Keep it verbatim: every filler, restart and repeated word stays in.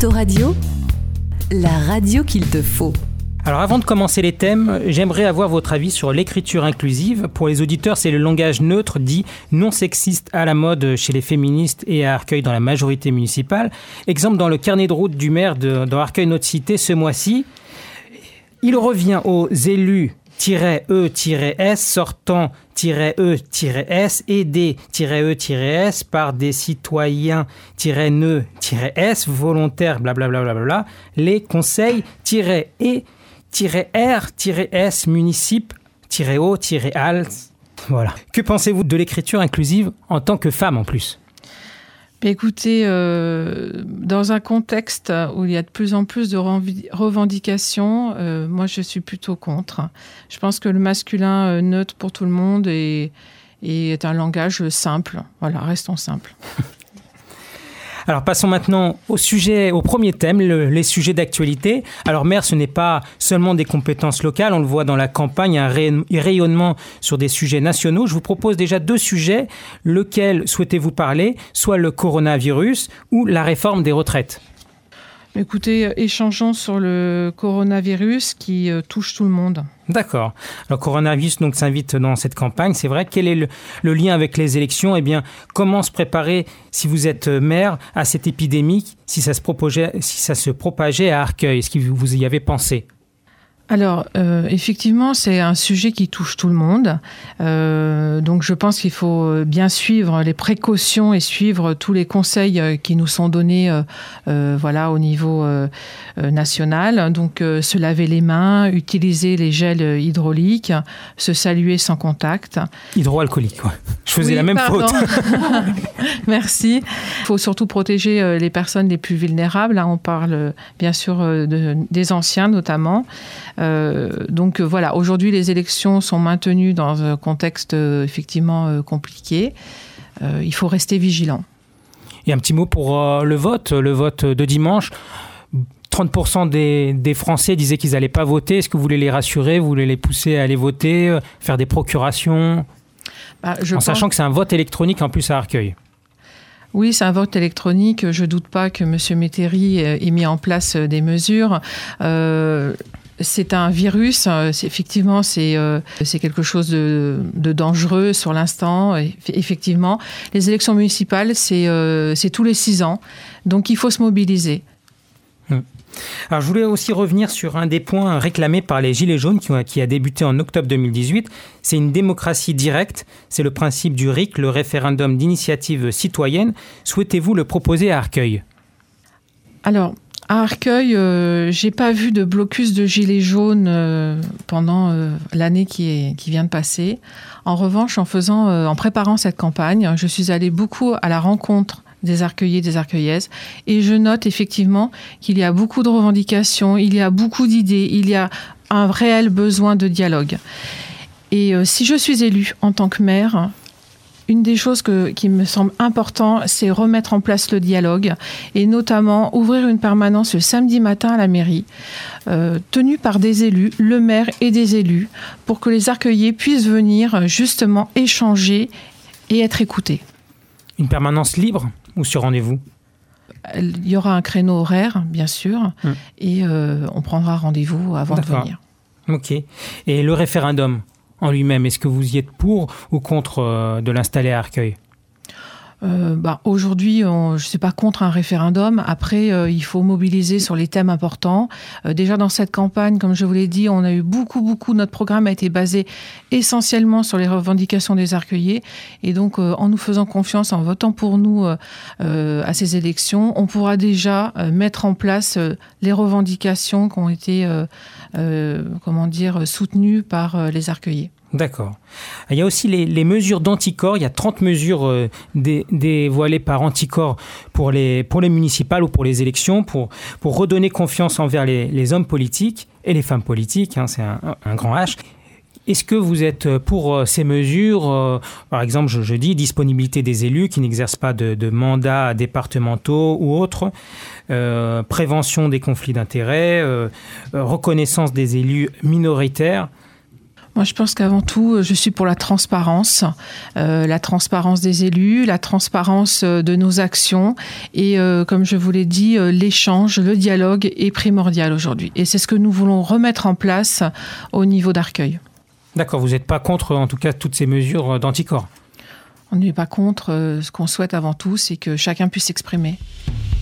Autoradio, la radio qu'il te faut. Alors avant de commencer les thèmes, j'aimerais avoir votre avis sur l'écriture inclusive. Pour les auditeurs, c'est le langage neutre dit non sexiste à la mode chez les féministes et à Arcueil dans la majorité municipale. Exemple dans le carnet de route du maire de, dans Arcueil Notre Cité ce mois-ci. Il revient aux élus E-S, sortant-E-S et des-E-S par des citoyens-Neu-S, volontaires, blablabla, bla bla bla, les conseils-E-R-S, municipes-O-Al. Voilà. Que pensez-vous de l'écriture inclusive en tant que femme en plus ? Écoutez, euh, dans un contexte où il y a de plus en plus de revendications, euh, moi je suis plutôt contre. Je pense que le masculin euh, neutre pour tout le monde est, est un langage simple. Voilà, restons simples. Alors passons maintenant au sujet, au premier thème, le, les sujets d'actualité. Alors maire, ce n'est pas seulement des compétences locales, on le voit dans la campagne, un rayonnement sur des sujets nationaux. Je vous propose déjà deux sujets. Lequel souhaitez-vous parler ? Soit le coronavirus ou la réforme des retraites ? Écoutez, échangeons sur le coronavirus qui euh, touche tout le monde. D'accord. Le coronavirus donc s'invite dans cette campagne. C'est vrai. Quel est le, le lien avec les élections ? Eh bien, comment se préparer, si vous êtes maire, à cette épidémie, si ça se propageait, si ça se propageait à Arcueil ? Est-ce que vous y avez pensé ? Alors, euh, effectivement, c'est un sujet qui touche tout le monde. Euh, donc, je pense qu'il faut bien suivre les précautions et suivre tous les conseils qui nous sont donnés euh, euh, voilà, au niveau euh, national. Donc, euh, se laver les mains, utiliser les gels hydrauliques, se saluer sans contact. Hydroalcoolique, ouais. Je faisais oui, la même pardon. faute. Merci. Il faut surtout protéger les personnes les plus vulnérables. Là, on parle bien sûr de, des anciens notamment. Euh, donc euh, voilà, aujourd'hui les élections sont maintenues dans un contexte euh, effectivement euh, compliqué. Euh, il faut rester vigilant. Et un petit mot pour euh, le vote, le vote de dimanche. trente pour cent des, des Français disaient qu'ils n'allaient pas voter. Est-ce que vous voulez les rassurer ? Vous voulez les pousser à aller voter, euh, faire des procurations ? bah, je En pense... sachant que c'est un vote électronique en plus à Arcueil. Oui, c'est un vote électronique. Je ne doute pas que M. Métairie ait mis en place des mesures. Euh, C'est un virus, c'est, effectivement, c'est, euh, c'est quelque chose de, de dangereux sur l'instant. Effectivement, les élections municipales, c'est, euh, c'est tous les six ans, donc il faut se mobiliser. Alors, je voulais aussi revenir sur un des points réclamés par les Gilets jaunes qui, ont, qui a débuté en octobre deux mille dix-huit. C'est une démocratie directe, c'est le principe du R I C, le référendum d'initiative citoyenne. Souhaitez-vous le proposer à Arcueil ? Alors, à Arcueil, euh, j'ai pas vu de blocus de gilets jaunes euh, pendant euh, l'année qui, est, qui vient de passer. En revanche, en faisant, euh, en préparant cette campagne, je suis allée beaucoup à la rencontre des Arcueillais, des Arcueillaises, et je note effectivement qu'il y a beaucoup de revendications, il y a beaucoup d'idées, il y a un réel besoin de dialogue. Et euh, si je suis élue en tant que maire, une des choses que, qui me semble important, c'est remettre en place le dialogue et notamment ouvrir une permanence le samedi matin à la mairie, euh, tenue par des élus, le maire et des élus, pour que les Arcueillais puissent venir justement échanger et être écoutés. Une permanence libre ou sur rendez-vous ? Il y aura un créneau horaire, bien sûr, hum. et euh, on prendra rendez-vous avant D'accord. de venir. Ok. Et le référendum en lui-même, est-ce que vous y êtes pour ou contre euh, de l'installer à Arcueil ? Euh, bah, aujourd'hui, on, je ne suis pas contre un référendum. Après, euh, il faut mobiliser sur les thèmes importants. Euh, déjà, dans cette campagne, comme je vous l'ai dit, on a eu beaucoup, beaucoup... Notre programme a été basé essentiellement sur les revendications des Arcueillais. Et donc, euh, en nous faisant confiance, en votant pour nous euh, euh, à ces élections, on pourra déjà euh, mettre en place euh, les revendications qui ont été, euh, euh, comment dire, soutenues par euh, les Arcueillais. D'accord. Il y a aussi les, les mesures d'anticorps. Il y a trente mesures euh, dé, dévoilées par Anticorps pour les, pour les municipales ou pour les élections, pour, pour redonner confiance envers les, les hommes politiques et les femmes politiques. Hein, c'est un, un grand H. Est-ce que vous êtes pour euh, ces mesures euh, Par exemple, je, je dis disponibilité des élus qui n'exercent pas de, de mandats départementaux ou autres, euh, prévention des conflits d'intérêts, euh, reconnaissance des élus minoritaires. Moi, je pense qu'avant tout, je suis pour la transparence, euh, la transparence des élus, la transparence de nos actions et, euh, comme je vous l'ai dit, euh, l'échange, le dialogue est primordial aujourd'hui. Et c'est ce que nous voulons remettre en place au niveau d'Arcueil. D'accord, vous n'êtes pas contre, en tout cas, toutes ces mesures d'anticorps? On n'est pas contre. Ce qu'on souhaite avant tout, c'est que chacun puisse s'exprimer.